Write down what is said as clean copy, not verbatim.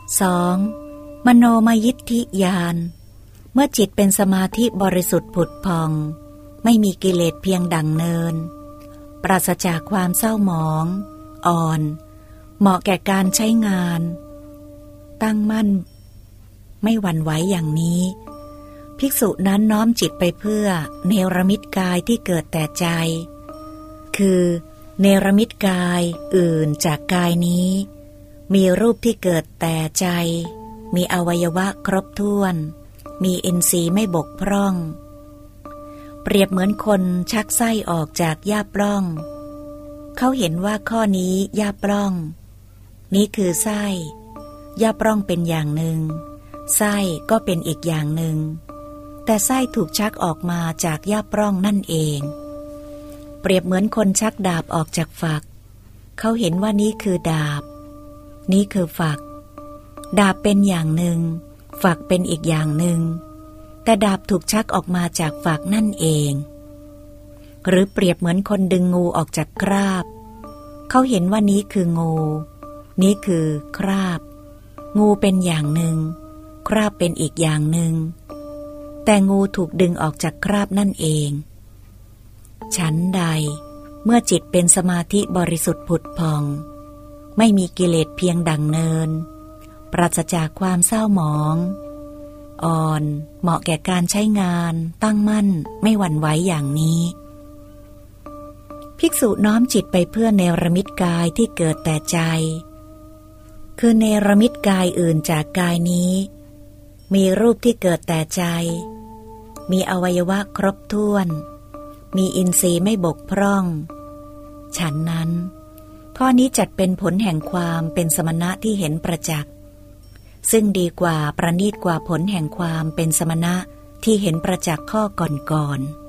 2. มโนมยิทธิญาณเมื่อจิตเป็นสมาธิบริสุทธิ์ผุดพองไม่มีกิเลสเพียงดั่งเนินปราศจากความเศร้าหมองอ่อนเหมาะแก่การใช้งานตั้งมั่นไม่หวั่นไหวอย่างนี้ภิกษุนั้นน้อมจิตไปเพื่อเนรมิตกายที่เกิดแต่ใจคือเนรมิตกายอื่นจากกายนี้มีรูปที่เกิดแต่ใจมีอวัยวะครบถ้วนมีอินทรีย์ไม่บกพร่องเปรียบเหมือนคนชักไส้ออกจากหญ้าปล้องเขาเห็นว่าข้อนี้หญ้าปล้องนี้คือไส้หญ้าปล้องเป็นอย่างหนึ่งไส้ก็เป็นอีกอย่างหนึ่งแต่ไส้ถูกชักออกมาจากหญ้าปล้องนั่นเองเปรียบเหมือนคนชักดาบออกจากฝักเขาเห็นว่านี้คือดาบนี้คือฝักดาบเป็นอย่างหนึ่งฝักเป็นอีกอย่างหนึ่งแต่ดาบถูกชักออกมาจากฝักนั่นเองหรือเปรียบเหมือนคนดึงงูออกจากคราบเขาเห็นว่านี้คืองูนี้คือคราบงูเป็นอย่างหนึ่งคราบเป็นอีกอย่างหนึ่งแต่งูถูกดึงออกจากคราบนั่นเองฉันใดเมื่อจิตเป็นสมาธิบริสุทธิ์ผุดพองไม่มีกิเลสเพียงดั่งเนินปราศจากความเศร้าหมองอ่อนเหมาะแก่การใช้งานตั้งมั่นไม่หวั่นไหวอย่างนี้ภิกษุน้อมจิตไปเพื่อเนรมิตกายที่เกิดแต่ใจคือเนรมิตกายอื่นจากกายนี้มีรูปที่เกิดแต่ใจมีอวัยวะครบถ้วนมีอินทรีย์ไม่บกพร่องฉันนั้นข้อนี้จัดเป็นผลแห่งความเป็นสมณะที่เห็นประจักษ์ซึ่งดีกว่าประณีตกว่าผลแห่งความเป็นสมณะที่เห็นประจักษ์ข้อก่อนๆ